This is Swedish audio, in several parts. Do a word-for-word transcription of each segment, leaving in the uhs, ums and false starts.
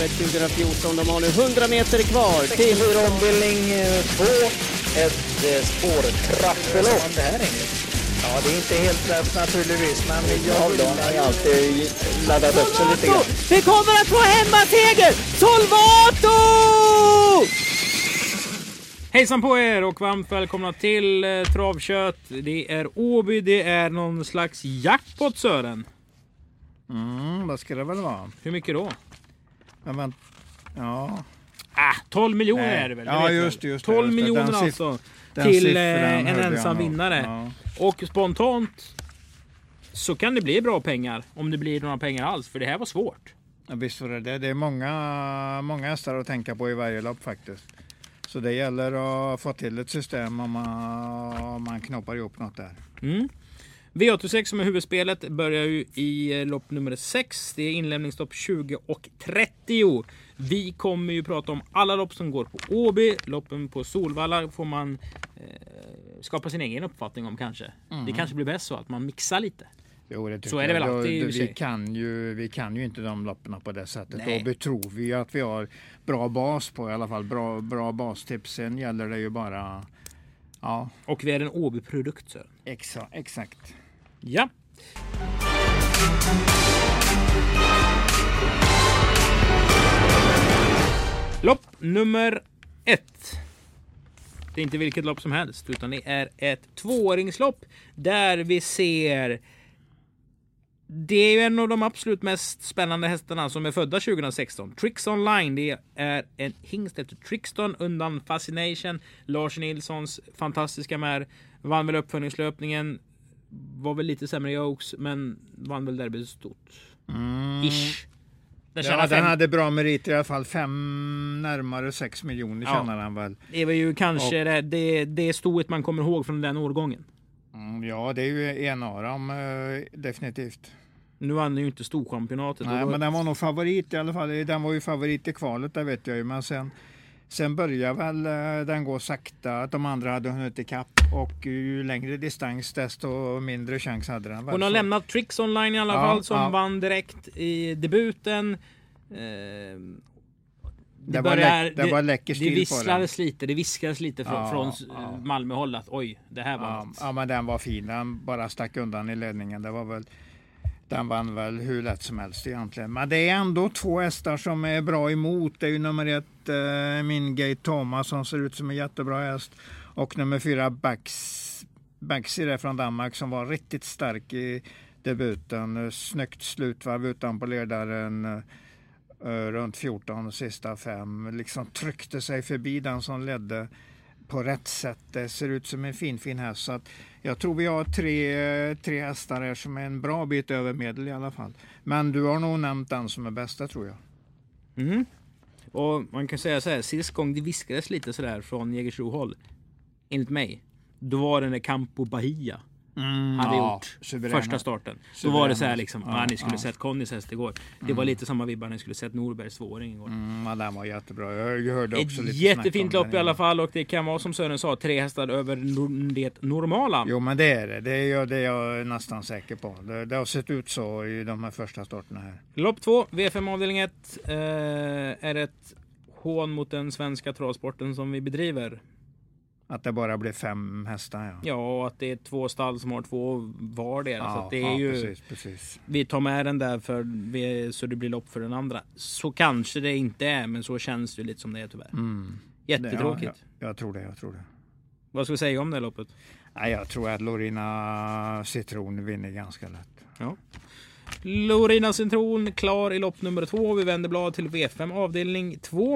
loppet tjugo fjorton. De har nu hundra meter kvar till ombildning två. Ett eh, spårtrappelopp. Det här är ja, det är inte helt lätt naturligtvis, men jag har alltid laddat upp så lite grann. Vi kommer att få hemmaseger! Solvato! Hejsan på er och varmt välkomna till eh, Travkött. Det är Åby, det är någon slags jackpot, Sören. Mm, vad ska det väl vara? Hur mycket då? Men, men, ja. Ah, tolv miljoner Nej. är det väl? Ja, just det, just det. tolv just det. miljoner den alltså den till eh, en hörde ensam jag nog. vinnare. Ja. Och spontant så kan det bli bra pengar om det blir några pengar alls, för det här var svårt. Ja, visst var det det. Det är många, många hästar att tänka på i varje lopp faktiskt. Så det gäller att få till ett system om man, om man knoppar ihop något där. Mm. V åttiosex som är huvudspelet börjar ju i lopp nummer sex. Det är inlämningsstopp tjugo och trettio. Vi kommer ju prata om alla lopp som går på Åby. Loppen på Solvalla får man eh, skapa sin egen uppfattning om kanske. Mm. Det kanske blir bäst så att man mixar lite. Jo, det så är det väl jag. alltid. Då, vi, kan ju, vi kan ju inte de loppen på det sättet. Nej. Då betror vi ju att vi har bra bas på i alla fall. Bra, bra bastips. Sen gäller det ju bara... Ja. Och vi är en Åby-produkt, så. Exa, exakt. Ja. Lopp nummer ett. Det är inte vilket lopp som helst, utan det är ett tvååringslopp där vi ser... Det är ju en av de absolut mest spännande hästarna som är födda tjugo sexton. Tricks Online, det är en hingst efter Trixton undan Fascination. Lars Nilssons fantastiska mär vann väl uppföljningslöpningen. Var väl lite sämre i Oaks, men vann väl derbyt stort. Mm. Ish. Den, ja, fem... den hade bra meriter i alla fall. Fem, närmare sex miljoner ja. tjänar han väl. Det var ju kanske och... det, det, det stoet man kommer ihåg från den årgången. Mm, ja, det är ju en av dem, eh, definitivt. Nu vann ju inte storchampionatet. Nej, var... men den var nog favorit i alla fall. Den var ju favorit i kvalet, det vet jag ju. Men sen, sen började väl eh, den gå sakta. Att de andra hade hunnit i kapp. Och ju längre distans, desto mindre chans hade den. Hon har så. lämnat Tricks Online i alla ja, fall, som ja. vann direkt i debuten. Eh, Det, det, var, börjar, läck, det, det var läcker stil det på den. visslades lite, det viskades lite från, ja, från ja. Malmöhåll att oj, det här var ja, något. ja, men den var fin. Den bara stack undan i ledningen. Det var väl... Den vann väl hur lätt som helst egentligen. Men det är ändå två hästar som är bra emot. Det är ju nummer ett eh, Mingate Thomas som ser ut som en jättebra häst. Och nummer fyra Bax, Baxi där från Danmark som var riktigt stark i debuten. Snyggt slutvarv utanpå ledaren eh, runt fjorton sista fem. Liksom tryckte sig förbi den som ledde på rätt sätt. Det ser ut som en fin fin häst. Så att jag tror vi har tre, tre hästar här som är en bra bit över medel i alla fall. Men du har nog nämnt den som är bästa, tror jag. Mm. Och man kan säga så här, sist gång det viskades lite sådär från Jägersro-håll, enligt mig, då var det när Campo Bahia mm, hade ja, gjort suveräna. Första starten. Suveräna. Då var det så här liksom, ja, ni skulle ja. sett Connys häst igår. Det mm. var lite samma vibbar, ni skulle sett Norbergs tvååring igår. Mm, ja, den var jättebra. Jag hörde också ett lite jättefint lopp i alla fall, och det kan vara som Sören sa, tre hästar över det normala. Jo, men det är det. Det är jag, det är jag nästan säker på. Det, det har sett ut så i de här första starterna här. Lopp två, V fem avdelning ett, eh, är ett hån mot den svenska travsporten som vi bedriver. Att det bara blir fem hästar, ja. Ja, och att det är två stall som har två var där. Ja, så att det är ja, ju, precis, precis. Vi tar med den där för vi, så det blir lopp för den andra. Så kanske det inte är, men så känns det lite som det är tyvärr. Mm. Jättetråkigt. Ja, jag, jag tror det, jag tror det. Vad ska vi säga om det loppet? Nej, jag tror att Lorina Citron vinner ganska lätt. Ja. Lorina Citron klar i lopp nummer två. Vi vänder blad till V fem avdelning två.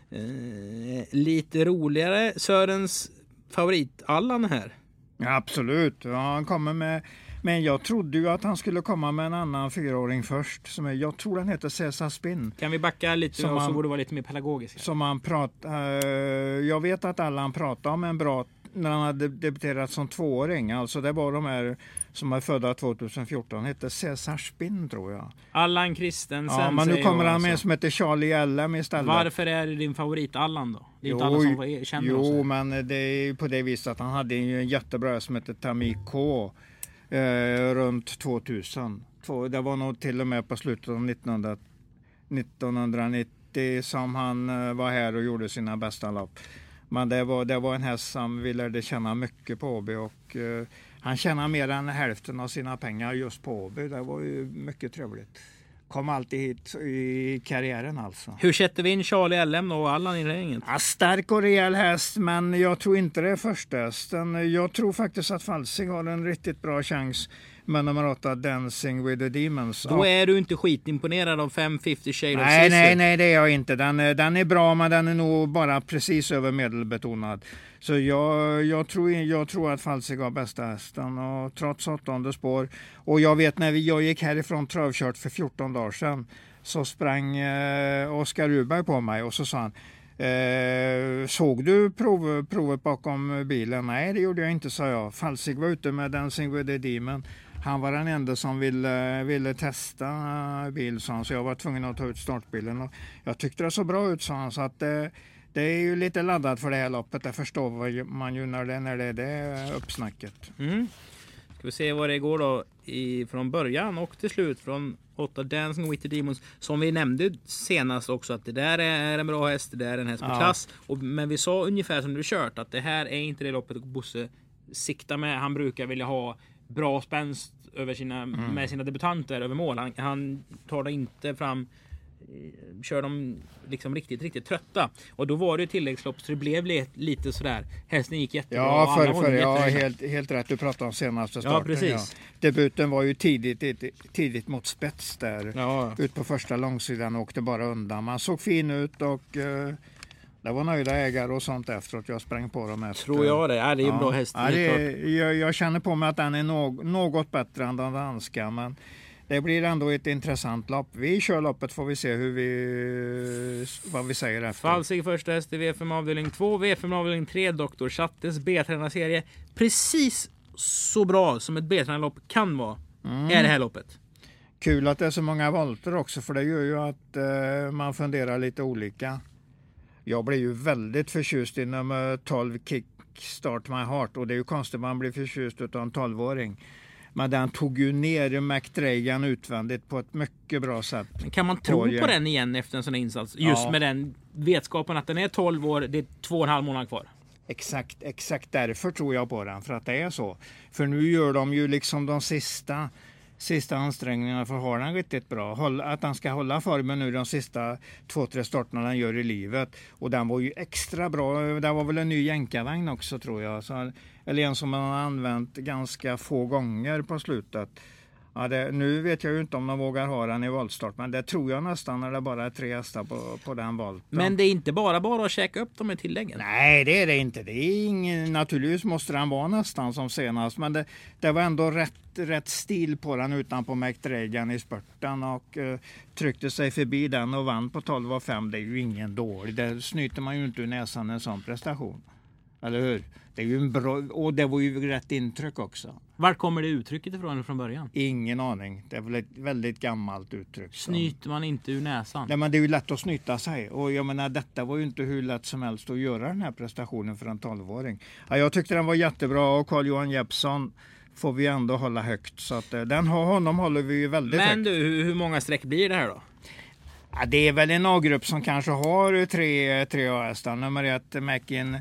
Eh, lite roligare. Sörens favorit Allan här. Ja, absolut. Ja, han kommer med, men jag trodde ju att han skulle komma med en annan fyraåring först. Som är, jag tror den heter Cesar Spin. Kan vi backa lite som och man, så borde det vara lite mer pedagogisk. Som han prat, eh, jag vet att Allan pratade om en bra när han hade debuterat som tvååring. Alltså det var de här som är födda tjugohundrafjorton. Hette Cesar Spin, tror jag. Allan Christensen. Ja, men nu kommer han med alltså. Som heter Charlie L M istället. Varför är det din favorit Allan då? Det är jo, inte alla som känner jo, oss. Jo, men det är ju på det viset att han hade en jättebra som heter Tamiko eh, runt tvåtusen. Det var nog till och med på slutet av nittonhundranittio nittio som han eh, var här och gjorde sina bästa lopp. Men det var, det var en häst som vi lärde känna mycket på Åby och eh, han tjänar mer än hälften av sina pengar just på Åby. Det var ju mycket trevligt. Kom alltid hit i karriären alltså. Hur sätter vi in Charlie L M och Allan i regnet? Ja, stark och rejäl häst, men jag tror inte det är första hästen. Jag tror faktiskt att Falsig har en riktigt bra chans med nummer åtta Dancing with the Demons. Då är du inte skitimponerad av fem femtio Shade of Nej, Caesar. nej, nej, det är jag inte. Den, den är bra, men den är nog bara precis över medelbetonad. Så jag, jag, tror, jag tror att Falsig har bästa hästen och trots åttonde spår. Och jag vet när vi, jag gick härifrån travkört för fjorton dagar sedan så sprang eh, Oskar Ruberg på mig och så sa han Eh, såg du prov, provet bakom bilen? Nej, det gjorde jag inte, sa jag. Falsig var ute med Dancing with the Demon. Han var den enda som ville, ville testa bil, sa han, så jag var tvungen att ta ut startbilen. Och jag tyckte det så bra ut, sa han, så att det, det är ju lite laddat för det här loppet. Det förstår man ju när det, när det är det uppsnacket. Mm. Ska vi se vad det går då i, från början och till slut från åtta Dancing with the Demons, som vi nämnde senast också, att det där är en bra häst, det där är en häst på ja. klass. Och, men vi sa ungefär som du kört att det här är inte det loppet Bosse siktar med. Han brukar vilja ha bra spänst över sina, mm. med sina debutanter över mål. Han, han tar det inte fram, kör dem liksom riktigt, riktigt trötta. Och då var det ju tilläggslopp så det blev lite sådär. Hästen gick jättebra. Ja, för, för, ja helt, helt rätt. Du pratade om senaste starten. Ja, precis. Ja. Debuten var ju tidigt, tidigt mot spets där. Ja. Ut på första långsidan och åkte bara undan. Man såg fin ut och uh, det var nöjda ägare och sånt efteråt. Jag sprang på dem efter. Tror jag det. Ja, det är ju ja. bra häst. Ja, det är, jag, jag känner på mig att den är no- något bättre än den danska, men det blir ändå ett intressant lopp. Vi kör loppet, får vi se hur vi, vad vi säger efter. Falsig första häst i V fem avdelning två, V fem avdelning tre, doktor Chattes B-tränarserie. Precis så bra som ett B-tränarlopp kan vara, mm. är det här loppet. Kul att det är så många volter också, för det gör ju att eh, man funderar lite olika. Jag blir ju väldigt förtjust i nummer tolv Kickstart My Heart, och det är ju konstigt man blir förtjust av en tolvåring. Men den tog ju ner McDragan utvändigt på ett mycket bra sätt. Kan man tro på den igen efter en sån insats? Just ja. Med den vetskapen att den är tolv år, det är två och en halv månad kvar. Exakt, exakt därför tror jag på den, för att det är så. För nu gör de ju liksom de sista, sista ansträngningarna för att ha den riktigt bra. Håll, att den ska hålla formen nu de sista två, tre starterna den gör i livet. Och den var ju extra bra. Det var väl en ny jänkarvagn också, tror jag. Så, eller en som man har använt ganska få gånger på slutet. Ja, det, nu vet jag ju inte om de vågar ha den i voltstart, men det tror jag nästan när det bara är tre hästar på, på den volten. Men det är inte bara bara att käka upp dem i tilläggen? Nej, det är det inte. Det är ingen, naturligtvis måste den vara nästan som senast, men det, det var ändå rätt, rätt stil på den utanpå McDragan i spurten och uh, tryckte sig förbi den och vann på tolv och fem. Det är ju ingen dålig. Det snyter man ju inte ur näsan en sån prestation. Eller hur? Det är ju en bra, och det var ju rätt intryck också. Var kommer det uttrycket ifrån från början? Ingen aning. Det är väl ett väldigt gammalt uttryck. Snyter man inte ur näsan? Nej, men det är ju lätt att snyta sig. Och jag menar, detta var ju inte hur lätt som helst att göra den här prestationen för en tolvåring. Ja, jag tyckte den var jättebra, och Carl-Johan Jeppsson får vi ändå hålla högt. Så att den, honom håller vi ju väldigt men högt. Men du, hur många streck blir det här då? Ja, det är väl en A-grupp som kanske har tre, tre A-hästar. Nummer ett, Mackin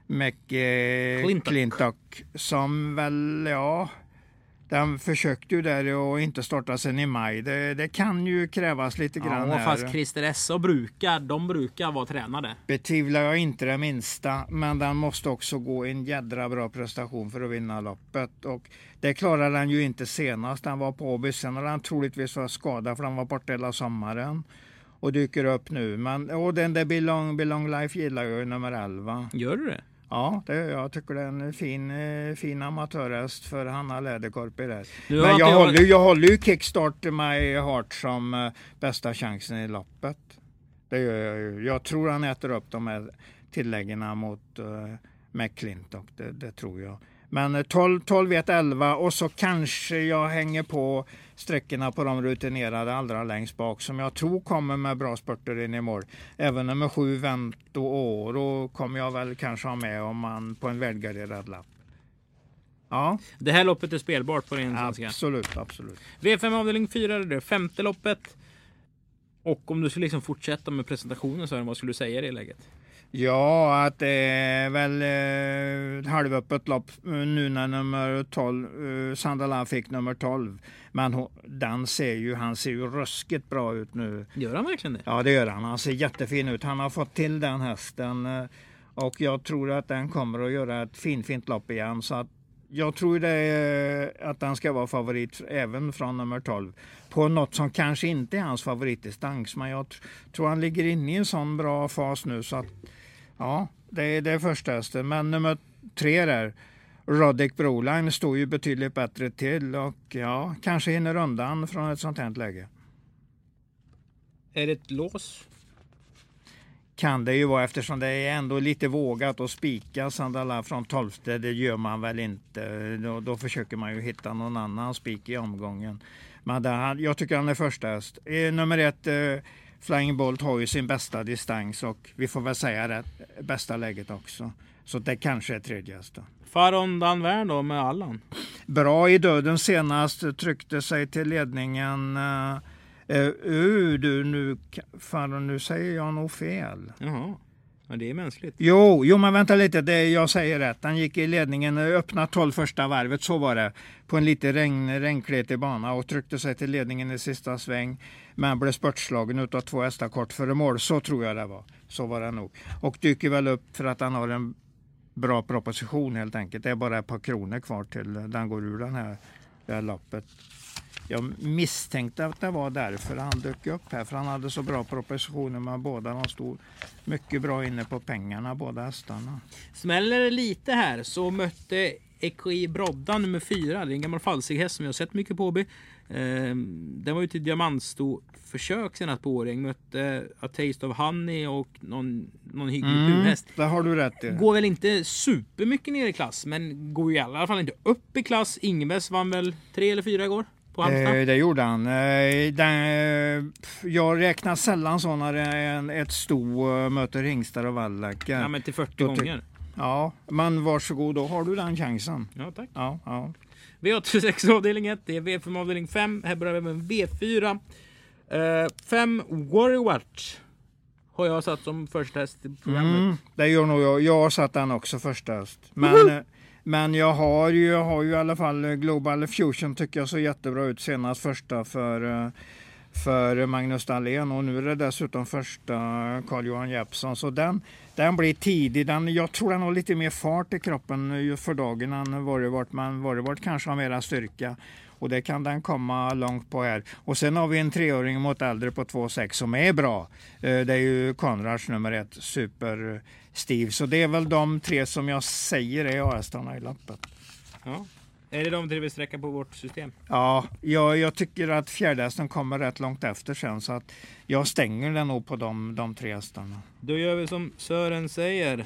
McClintock, som väl, ja, den försökte ju där och inte starta sen i maj. Det, det kan ju krävas lite grann ja, här. Fast Christer Essa brukar, de brukar vara tränade. Betvivlar jag inte det minsta, men den måste också gå en jädra bra prestation för att vinna loppet. Och det klarade den ju inte senast. Den var på Åby, sen har den troligtvis var skadad för den var borta hela sommaren. Och dyker upp nu. Men, och den där Belong, Belong Life gillar jag ju, nummer elva. Gör du det? Ja, det, jag tycker det är en fin, fin amatörhäst för Hanna Läderkorp i det. Nu Men jag, jag... håller, jag håller ju Kickstart My Heart som uh, bästa chansen i loppet. Det gör jag ju. Jag tror han äter upp de här tilläggen mot uh, McClintock, det, det tror jag. Men tolv, tolv, ett, elva, och så kanske jag hänger på sträckorna på de rutinerade allra längst bak som jag tror kommer med bra spurter in i mål. Även nummer sju, Vento år, och kommer jag väl kanske ha med om man på en välgarderad lapp. Ja. Det här loppet är spelbart på din svenska. Absolut, absolut. V fem avdelning fyra är det femte loppet. Och om du skulle liksom fortsätta med presentationen så här, vad skulle du säga i det läget? Ja, att det är väl eh, halvöppet lopp nu när nummer tolv, eh, Sandala fick nummer tolv. Men hon, den ser ju, han ser ju ruskigt bra ut nu. Gör han verkligen det? Ja, det gör han. Han ser jättefin ut. Han har fått till den hästen eh, och jag tror att den kommer att göra ett fin, fint lopp igen. Så att jag tror det är, att den ska vara favorit även från nummer tolv. På något som kanske inte är hans favoritdistans. Men jag tr- tror han ligger inne i en sån bra fas nu så att ja, det är det första hästen. Men nummer tre där, Roddick Broline, står ju betydligt bättre till och ja, kanske hinner undan från ett sånt här läge. Är det ett lås? Kan det ju vara eftersom det är ändå lite vågat att spika Sandala från tolfte. Det gör man väl inte. Då, då försöker man ju hitta någon annan spik i omgången. Men där, jag tycker han är första häst. Nummer ett, eh, Flying Bolt har ju sin bästa distans och vi får väl säga det bästa läget också. Så det kanske är tredje hästen. Faron Danvern då med Allan? Bra i döden senast, tryckte sig till ledningen. Uh, uh, du, nu, Faron, nu säger jag nog fel. Jaha, ja, det är mänskligt. Jo, jo, men vänta lite, det, jag säger rätt. Han gick i ledningen, öppnade tolv första varvet, så var det. På en lite regn, regnkletig bana och tryckte sig till ledningen i sista sväng. Men blev spurtslagen utav två hästar kort före mål, så tror jag det var. Så var det nog. Och dyker väl upp för att han har en bra proposition helt enkelt. Det är bara ett par kronor kvar till den går ur den här, det här loppet. Jag misstänkte att det var därför han dök upp här. För han hade så bra propositioner med båda. De stod mycket bra inne på pengarna, båda hästarna. Smäller det lite här så mötte Eki Brodda nummer fyra. Det är en gammal falsig häst som jag har sett mycket på. Eh, den var ju till diamantsto försök senast på Åring. Mötte A Taste of Honey och någon, någon hygglig mm, purhäst. Det har du rätt i. Går väl inte supermycket ner i klass, men går ju i alla fall inte upp i klass. Ingebäs vann väl tre eller fyra igår på Halmstad. Eh, det gjorde han. Eh, den, jag räknar sällan så när en, ett sto möter hingstar och vallackar. Ja, men till fyrtio Då gånger. Ty- ja, men varsågod, då har du den chansen. Ja, tack. Ja, ja. V åttiosex avdelning ett, det är V fem avdelning fem. Här börjar vi med V fyra. Uh, fem Warrior Watch har jag satt som första häst i programmet. Mm, det gör nog jag. Jag har satt den också första häst. Men, mm. men jag har ju, jag har ju i alla fall Global Fusion tycker jag så jättebra ut senast första för, för Magnus Dahlén. Och nu är det dessutom första Carl-Johan Jeppsson. Så den, den blir tidig. Den, jag tror den har lite mer fart i kroppen för dagen än Warrior Watch. Men Warrior Watch kanske har mera styrka. Och det kan den komma långt på här. Och sen har vi en treåring mot äldre på två sex som är bra. Det är ju Konrads nummer ett, super Steve. Så det är väl de tre som jag säger är A-hästarna i lappet. Ja. Är det de tre vi sträcker på vårt system? Ja, jag, jag tycker att fjärdehästen kommer rätt långt efter sen. Så att jag stänger den nog på de, de tre hästarna. Då gör vi som Sören säger.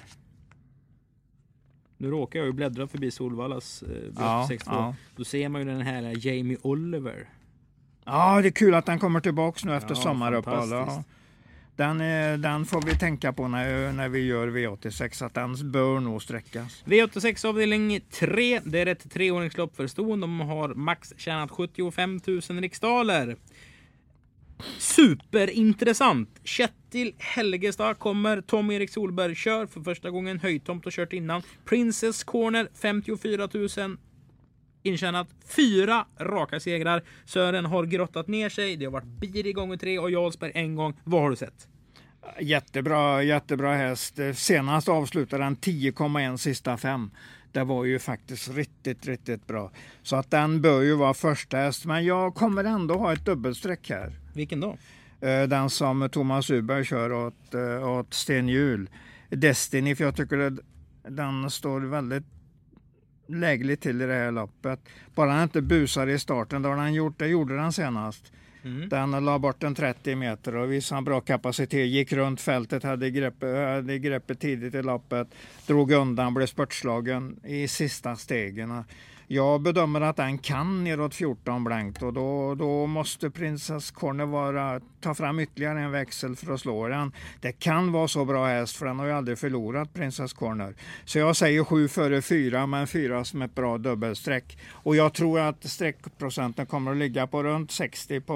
Nu råkar jag ju bläddra förbi Solvallas eh, ja, sex två. ja. Då ser man ju den här Jamie Oliver. Ja, det är kul att den kommer tillbaka nu efter Ja, sommaruppehåll. fantastiskt. Den, den får vi tänka på när, när vi gör V åttiosex, att den bör nog sträckas. V åttiosex avdelning tre, det är ett treåringslopp för ston. De har max tjänat sjuttiofem tusen riksdaler. Superintressant. Kjetil Helgestad kommer. Tom-Erik Solberg kör för första gången. Höjtomt och kört innan. Princess Corner femtiofyra tusen intjänat. Fyra raka segrar. Sören har grottat ner sig. Det har varit Bir i gånger tre och Jarlsberg en gång. Vad har du sett? Jättebra, jättebra häst. Senast avslutade den tio komma ett sista fem. Det var ju faktiskt riktigt, riktigt bra. Så att den bör ju vara första häst. Men jag kommer ändå ha ett dubbelsträck här. Vilken då? Den som Thomas Uberg kör åt, åt Sten Hjul. Destiny, för jag tycker att den står väldigt lägligt till i det här loppet. Bara han inte busar i starten, då har han gjort det, gjorde den senast. Mm. Den la bort en trettio meter och visade bra kapacitet, gick runt fältet, hade greppet, hade greppet tidigt i loppet, drog undan, blev spurtslagen i sista stegen. Jag bedömer att den kan neråt fjorton blankt och då, då måste Princess Corner vara, ta fram ytterligare en växel för att slå den. Det kan vara så bra häst för den har ju aldrig förlorat Princess Corner. Så jag säger sju före fyra, men fyra som ett bra dubbelsträck. Och jag tror att sträckprocenten kommer att ligga på runt sextio på,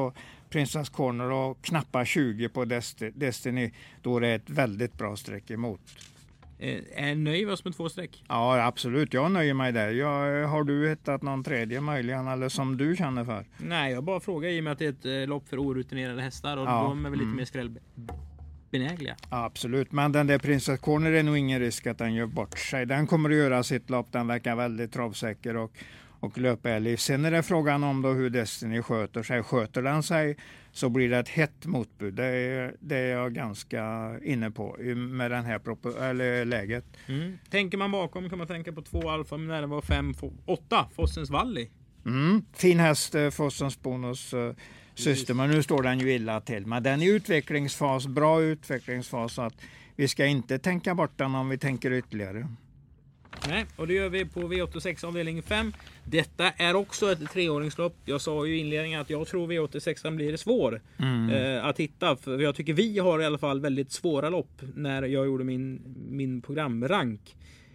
Princess Corner och knappa tjugo på Desti- Destiny, då är det ett väldigt bra streck emot. Eh, är nöjd med oss med två streck? Ja, absolut. Jag nöjer mig där. Jag, har du hittat någon tredje möjligen eller som du känner för? Nej, jag bara frågar i och med att det är ett eh, lopp för orutinerade hästar och Ja, de är väl lite mm. mer skrällbenägliga. Ja, absolut. Men den där Princess Corner är nog ingen risk att den gör bort sig. Den kommer att göra sitt lopp. Den verkar väldigt travsäker och, och löpärlig. Sen är det frågan om då hur Destiny sköter sig. Sköter den sig så blir det ett hett motbud. Det är, det är jag ganska inne på med den här propo- eller läget. Mm. Tänker man bakom kan man tänka på två Alfa Minerva och fem, åtta Fossens Valley. Mm. Fin häst, eh, Fossens bonus eh, syster, men nu står den ju illa till. Men den är i utvecklingsfas, bra utvecklingsfas, så att vi ska inte tänka bort den om vi tänker ytterligare. Nej, och det gör vi på V åttiosex avdelning fem. Detta är också ett treåringslopp. Jag sa ju i inledningen att jag tror V åttiosex blir svår Mm. eh, att hitta. För jag tycker vi har i alla fall väldigt svåra lopp när jag gjorde min, min programrank.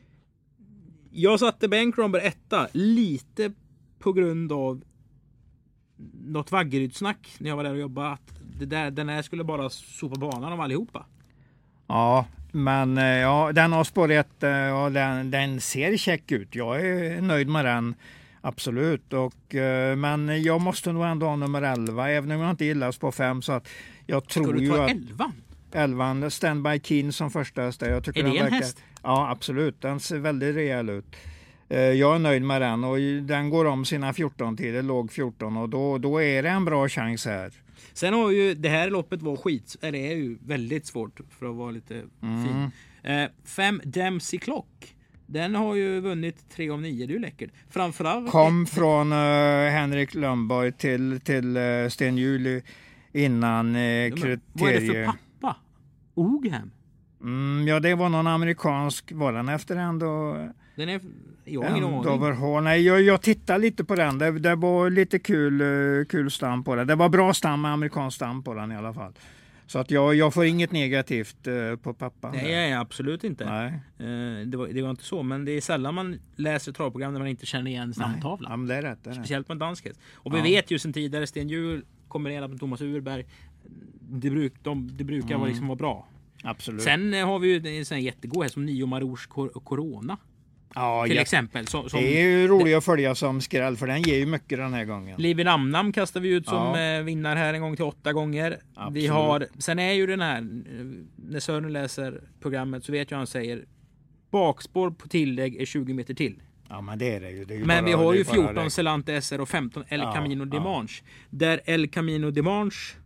Jag satte Bankromber etta lite på grund av något Vaggerydsnack när jag var där och jobbade. Att det där, den här skulle bara sopa banan av allihopa. Ja, men eh, ja, den har spår ett eh, och den, den ser check ut. Jag är nöjd med den, absolut. Och, eh, men jag måste nog ändå ha nummer elva, även om jag inte gillas på fem. Så att jag tror Ska du ju ta att elvan? elvan, Standby Keen som första häst. Jag tycker Är det den en verkar, häst? Ja, absolut. Den ser väldigt rejäl ut. Eh, Jag är nöjd med den och den går om sina fjorton tider, låg fjorton, och då, då är det en bra chans här. Sen har ju det här loppet var skit. Eller det är ju väldigt svårt för att vara lite Mm. fin. Eh, fem Dempsey Clock. Den har ju vunnit tre av nio. Det är ju läckert. Framförallt Kom från uh, Henrik Lundborg till, till uh, Sten Juli innan uh, kriterier. Vad är det för pappa? Ogham. Mm, ja, det var någon amerikansk. Var den efter ändå? Den är... Jag har ingen aning. Doverhall. Nej, jag, jag tittade lite på den. Det, det var lite kul, uh, kul stam på den. Det var bra stam, amerikansk stam på den i alla fall. Så att jag, jag får inget negativt uh, på pappan. Nej, nej, absolut inte. Nej. Eh, det, var, det var inte så. Men det är sällan man läser travprogram där man inte känner igen stamtavlan. Ja, men det är rätt. Det är rätt. Speciellt med danskhet. Och vi Ja. vet ju sen tidigare Sten Hjul kombinerat med Thomas Urberg. Det, bruk, de, det brukar Mm. vara, liksom vara bra. Absolut. Sen eh, har vi ju en sån här jättegod häst som Nio Marouche Cor- Corona. ja, Till ja. exempel. Som, som Det är ju roligt att följa som skräll, för den ger ju mycket den här gången. Liv i Namnam kastar vi ut som Ja. eh, vinnar här en gång till åtta gånger. Vi Absolut. har, sen är ju den här, eh, när Sören läser programmet så vet jag han säger bakspår på tillägg är tjugo meter till. Ja, men det är det ju. Det är ju Men bara, vi har det är ju bara fjorton det. Celante S R och femton El Ja, Camino ja. Dimanche. Där El Camino Dimanche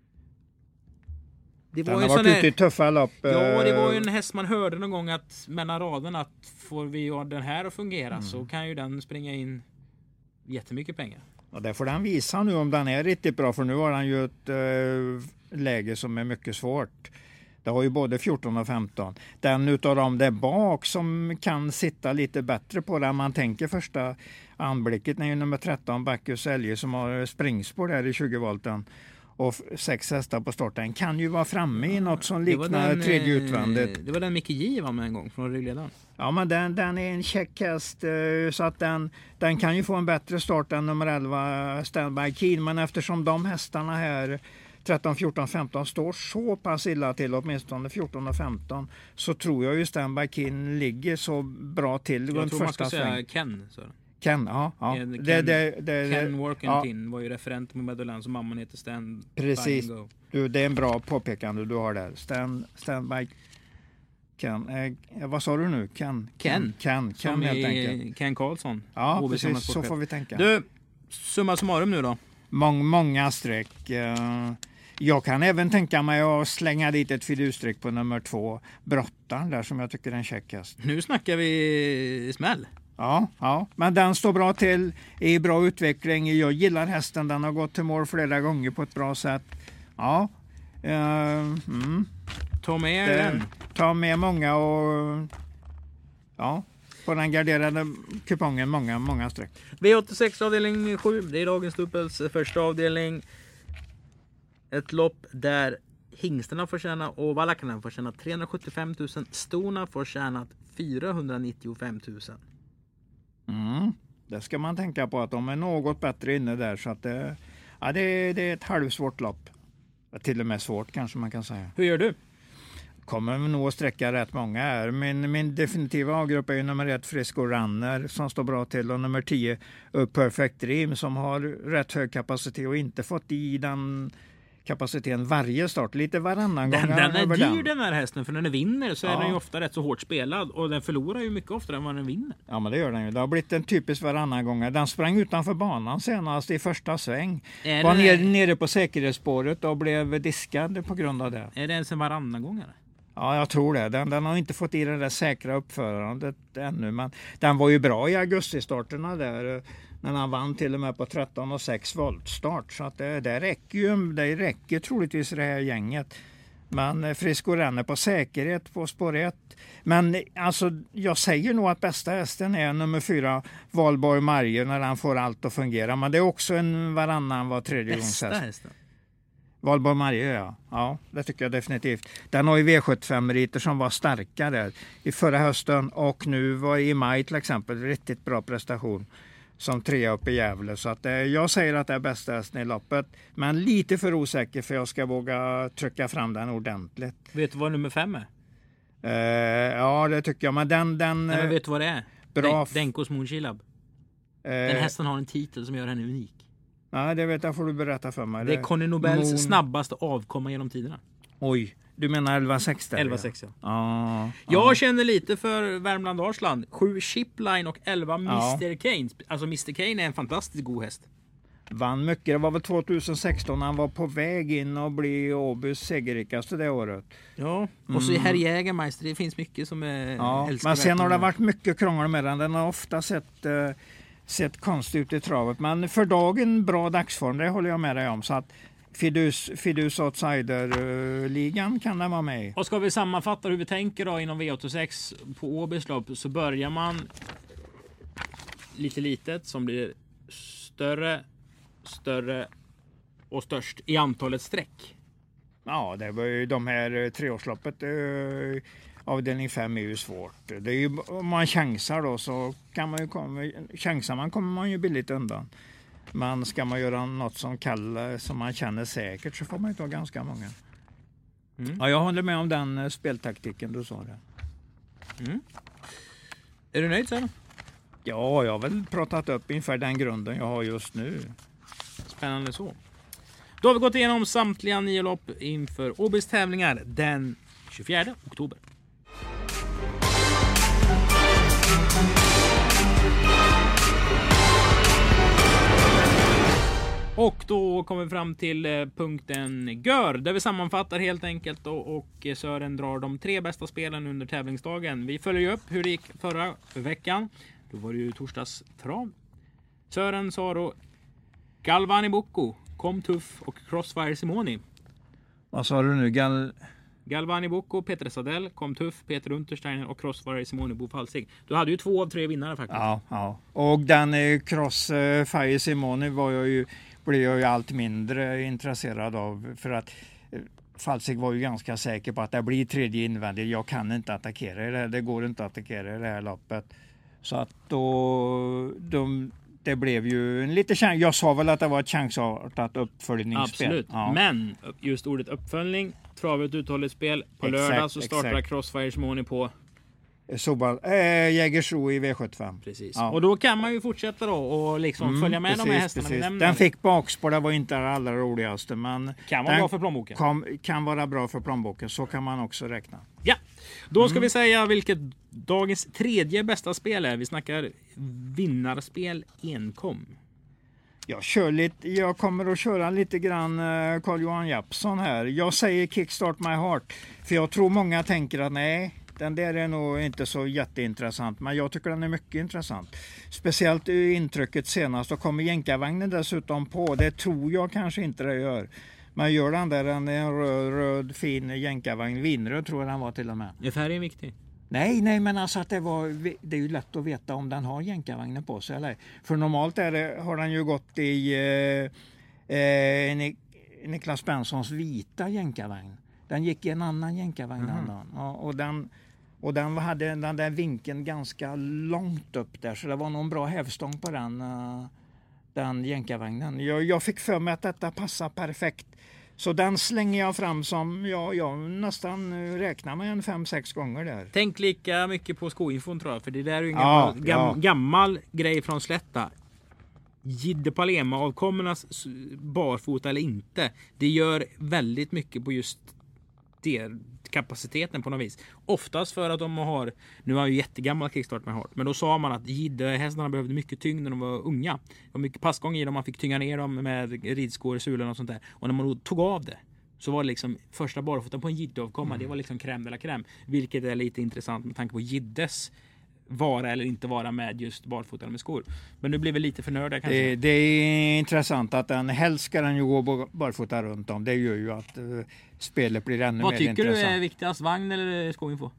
det Den var har ju sån varit ute här, i tuffa lopp. ja, det var ju eh, en häst man hörde någon gång att mellan raderna att får vi ha den här att fungera Mm. så kan ju den springa in jättemycket pengar. Och det får den visa nu om den är riktigt bra, för nu har den ju ett eh, läge som är mycket svårt. Det har ju både fjorton och femton. Den utav dem där bak som kan sitta lite bättre på den man tänker första anblicket är ju nummer tretton Bacchus Elge som har springspår där i tjugo volten. Och f- sex hästar på starten kan ju vara framme i något som Det var liknar den, tredje eh, utvändigt. Det var den Micke J var med en gång från ryggledaren. Ja, men den, den är en check häst, eh, så att den, den kan ju få en bättre start än nummer elva Standby Keen. Men eftersom de hästarna här tretton, fjorton, femton står så pass illa till, åtminstone fjorton och femton, så tror jag ju Standby Keen ligger så bra till Jag runt tror man ska första säga sväng. Ken. Så. Ken, ja. ja. Ken, Det, det, det, Ken det, Workington var ju referent på Meadowlands och mamman heter Stan. Precis. By and Go. du, det är en bra påpekande du har där. Stand, standby Ken. Eh, vad sa du nu? Ken? Ken. Ken, Ken Som helt i enkelt. Ken Karlsson. Ja, Åby precis. Samhällssportchef. Så får vi tänka. Du, summa summarum nu då. Mång, många streck. Eh, Jag kan även tänka mig att slänga dit ett fidusstreck på nummer två, Brottan, där som jag tycker är en checkhäst. Nu snackar vi smäll. Ja, ja, men den står bra till, är i bra utveckling. Jag gillar hästen, den har gått till mål flera gånger på ett bra sätt. Ja, eh, mm. Ta med Det, den. ta med många och ja, på den garderade kupongen många, många streck. V åttiosex avdelning sju. Det är dagens dubbels första avdelning. Ett lopp där hingstarna får tjäna och valackarna får tjäna trehundrasjuttiofem tusen. Storna får tjäna fyrahundranittiofem tusen. Mm. Det ska man tänka på att de är något bättre inne där, så att det, Ja, det, det är ett halvsvårt lopp. Till och med svårt kanske man kan säga. Hur gör du? Kommer nog att sträcka rätt många här. Min, min definitiva avgrupp är ju nummer ett Frisco Runner som står bra till och nummer tio Perfect Dream som har rätt hög kapacitet och inte fått i den kapaciteten varje start. Lite varannan Den, gång. den är dyr den. den här hästen, för när den vinner så är Ja. den ju ofta rätt så hårt spelad och den förlorar ju mycket oftare än vad den vinner. Ja, men det gör den ju. Det har blivit en typisk varannan gång. Den sprang utanför banan senast i första sväng. Är Var det- nere, nere på säkerhetsspåret och blev diskad på grund av det. Är det ens en varannan gångare? Ja, jag tror det. Den, den har inte fått i det där säkra uppförandet ännu. Men den var ju bra i augustistarterna där. När han vann till och med på tretton och sex voltstart. Så att det, det räcker ju. Det räcker troligtvis det här gänget. Men Frisco Runner på säkerhet på spår ett. Men alltså, jag säger nog att bästa hästen är nummer fyra Valborg Marje när han får allt att fungera. Men det är också en varannan var tredje gångs Bästa häst. hästen? Valborg Marje, ja. Ja, det tycker jag definitivt. Den har ju V sjuttiofem-meriter som var starka där i förra hösten och nu var i maj till exempel. Riktigt bra prestation som trea upp i Gävle. Så att, eh, jag säger att det är bästa hästen i loppet. Men lite för osäker för jag ska våga trycka fram den ordentligt. Vet du vad nummer fem är? Eh, ja, det tycker jag. Men den... den Nej, men eh, vet du vad det är? bra Den- Denkos Moonchilab. eh, Den hästen har en titel som gör henne unik. Nej, det vet jag, får du berätta för mig. Det är Conny Nobels Moon- snabbaste avkomma genom tiderna. Oj, du menar elva sex där? elva sex, ja. Ja. Jag känner lite för Värmland Arsland. sju Shipline och elva Ja. mister Kane. Alltså mister Kane är en fantastiskt god häst. Vann mycket. Det var väl tjugohundrasexton han var på väg in och bli Åbys segerrikaste det året. Ja. Och så i Herr Jägermeister, det finns mycket som är Ja, älskvärt. men sen har det varit mycket krångel med den. Den har ofta sett, eh, sett konstigt ut i travet. Men för dagen bra dagsform, det håller jag med dig om. Så att Fidus, Fidus Outsider-ligan kan den vara med i. Och ska vi sammanfatta hur vi tänker då inom V åttiosex på Åbys lopp, så börjar man lite litet som blir större, större och störst i antalet streck. Ja, det var ju de här eh, treårsloppet. Eh, avdelning fem är ju svårt. Det är ju, om man chansar då så kan man ju komma, chansar man kommer man ju billigt undan. Men ska man göra något som kallar, som man känner säkert så får man ju ta ganska många. Mm. Ja, jag håller med om den eh, speltaktiken du sa det. Mm. Är du nöjd sen? Ja, jag har väl pratat upp inför den grunden jag har just nu. Spännande så. Då har vi gått igenom samtliga nio lopp inför Åbys tävlingar den tjugofjärde oktober. Och då kommer vi fram till eh, punkten Gör, där vi sammanfattar helt enkelt och, och eh, Sören drar de tre bästa spelen under tävlingsdagen. Vi följer upp hur det gick förra veckan. Då var det ju torsdagstrav. Sören sa då Galvani Bocco, Kom Tuff och Crossfire Simoni. Vad sa du nu? Gal... Galvani Bocco, Peter Sadell, Kom Tuff, Peter Untersteiner och Crossfire Simoni Bo Falsig. Du hade ju två av tre vinnare faktiskt. Ja, ja. Och den eh, Crossfire Simoni var jag ju, blev jag ju allt mindre intresserad av. För att eh, Falsig var ju ganska säker på att det blir tredje invändigt. Jag kan inte attackera det. Det går inte att attackera i det här loppet. Så att då... De, det blev ju en lite chans. Jag sa väl att det var ett chansartat uppföljningsspel. Absolut. Ja. Men just ordet uppföljning, travet uthålligt spel. På Exakt, lördag så startar exakt. Crossfire Simoni på. Sobal, äh, Jägersro i V sjuttiofem. Precis. Ja. Och då kan man ju fortsätta då och liksom Mm, följa med precis, de här hästarna vi precis. nämner. Den fick bakspår, det var inte det allra roligaste. Men Kan vara den bra för plånboken. Kom, kan vara bra för plånboken, så kan man också räkna. Ja, då Mm. ska vi säga vilket dagens tredje bästa spel är. Vi snackar vinnarspel enkom. Jag, kör lite, jag kommer att köra lite grann eh, Carl-Johan Jeppsson här. Jag säger Kickstart My Heart. För jag tror många tänker att nej, den där är nog inte så jätteintressant. Men jag tycker den är mycket intressant. Speciellt i intrycket senast. Och kommer jänkarvagnen dessutom på. Det tror jag kanske inte det gör. Men gör den där, den är en röd, röd fin jänkarvagn. Vinröd tror jag den var till och med. Är färgen viktig? Nej, nej, men alltså att det var, det är ju lätt att veta om den har jänkarvagnen på sig eller. För normalt är det, har den ju gått i eh, eh, Nik, Niklas Benssons vita jänkarvagn. Den gick i en annan jänkarvagn Mhm. den dagen. Ja, och den, och den hade den där vinkeln ganska långt upp där, så det var nog en bra hävstång på den. Uh, den jänkarvagnen. Jag, jag fick för mig att detta passar perfekt. Så den slänger jag fram som ja, jag nästan räknar med en fem sex gånger där. Tänk lika mycket på Skoinfon tror jag. För det där är ju en Ja, gammal, gam, ja. gammal grej från Slätta. Jidde Palema avkommernas barfota eller inte. Det gör väldigt mycket på just det, kapaciteten på något vis. Oftast för att de har, nu har ju jättegammal kickstart med hårt, men då sa man att Jidde-hästarna behövde mycket tyngd när de var unga. Det var mycket passgång i dem, man fick tynga ner dem med ridskor, sulor och sånt där. Och när man då tog av det så var det liksom första barfoten på en Jidde-avkomma, mm. det var liksom crème eller crème. Vilket är lite intressant med tanke på Jiddes vara eller inte vara med just barfota med skor. Men nu blir vi lite för nörda kanske. Det, det är intressant att den helst ska den ju gå barfota runt om. Det gör ju att uh, spelet blir ännu Vad mer tycker intressant. du är viktigast, vagn eller Skoinfo?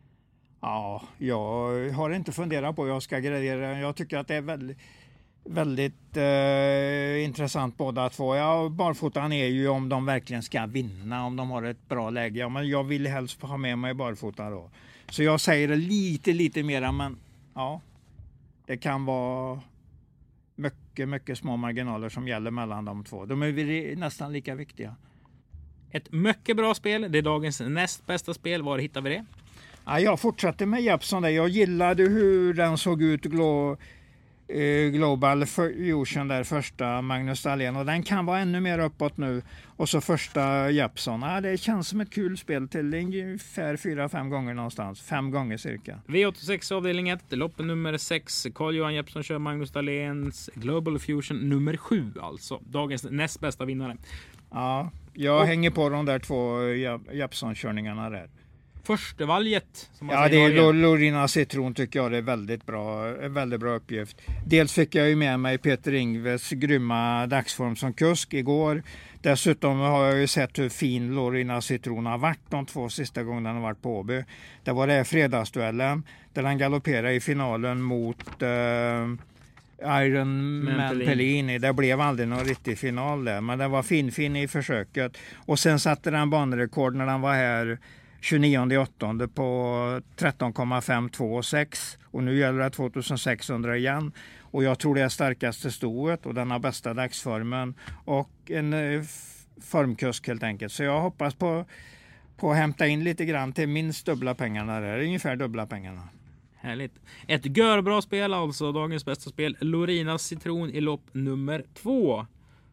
Ja, jag har inte funderat på hur jag ska gradera. Jag tycker att det är väldigt, väldigt uh, intressant båda två. Ja, barfotan är ju om de verkligen ska vinna, om de har ett bra läge. Ja, men jag vill helst ha med mig barfota då. Så jag säger det lite, lite mera, men ja, det kan vara mycket, mycket små marginaler som gäller mellan de två. De är nästan lika viktiga. Ett mycket bra spel. Det är dagens näst bästa spel. Var hittar vi det? Ja, jag fortsatte med Jeppson där. Jag gillade hur den såg ut glo, eh, Global Fusion där, första Magnus Dahlén. Och den kan vara ännu mer uppåt nu. Och så första Jeppson. Ja, det känns som ett kul spel till ungefär fyra, fem gånger någonstans. Fem gånger cirka. V åttiosex avdelning ett, lopp nummer sex. Carl-Johan Jeppsson kör Magnus Dahléns Global Fusion nummer sju alltså. Dagens näst bästa vinnare. Ja, jag och, hänger på de där två Jeppson-körningarna där. Förstevaljet. Som man ja, det är Lorina Citron tycker jag det är väldigt bra, väldigt bra uppgift. Dels fick jag ju med mig Peter Ingves grymma dagsform som kusk igår. Dessutom har jag ju sett hur fin Lorina Citron har varit de två sista gångerna han har varit på Åby. Det var det fredagsduellen där han galopperade i finalen mot eh, Iron Man Pellini. Det blev aldrig någon riktig final där, men det var fin-fin i försöket. Och sen satte han banrekord när han var här tjugonionde åttonde på tretton komma fem två sex och nu gäller det tvåtusensexhundra igen och jag tror det är starkaste stoet och den har bästa dagsformen och en eh, formkusk helt enkelt. Så jag hoppas på, på att hämta in lite grann till minst dubbla pengarna där, ungefär dubbla pengarna. Härligt. Ett görbra spel alltså, dagens bästa spel. Lorina Citron i lopp nummer två.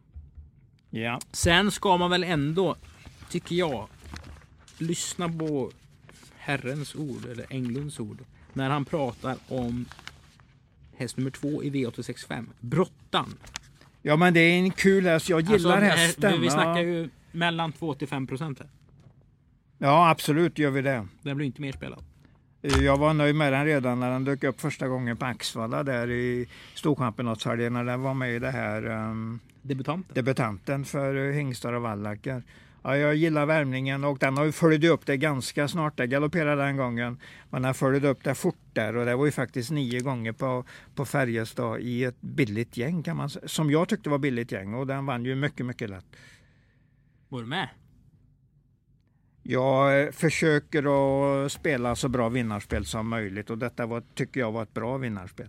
Ja. Sen ska man väl ändå, tycker jag, lyssna på Herrens ord eller Englunds ord när han pratar om häst nummer två i V åttiosex fem, Brottan. Ja, men det är en kul häst. Jag gillar alltså, hästen. Vi snackar ju mellan två till fem procent här. Ja, absolut gör vi det. Den blir inte mer spelad. Jag var nöjd med den redan när den dök upp första gången på Axvalla där i Storchampionatshelgen när den var med i det här um, debutanten. debutanten för hingstar och vallackar. Ja, jag gillar värmningen och den har ju följt upp det ganska snart. Jag galopperade den gången. Men den följde upp det fort där och det var ju faktiskt nio gånger på, på Färjestad i ett billigt gäng kan man säga. Som jag tyckte var billigt gäng och den vann ju mycket, mycket lätt. Var du med? Jag försöker att spela så bra vinnarspel som möjligt och detta var, tycker jag var ett bra vinnarspel.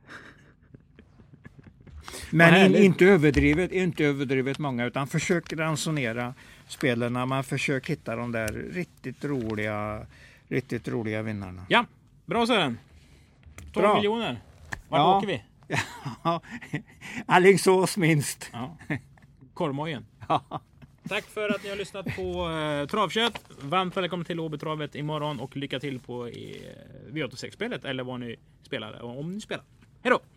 Men in, inte, överdrivet, inte överdrivet många utan försök ransonera spelen när man försöker hitta de där riktigt roliga, riktigt roliga vinnarna. Ja, bra Sören. tolv bra. miljoner. Vart ja. åker vi? Ja, Alingsås minst. Ja. Kormojen. Ja. Tack för att ni har lyssnat på uh, Travkött. Varmt välkommen till Åbytravet imorgon och lycka till på uh, V åttiosex-spelet eller vad ni spelar, om ni spelar. Hej då!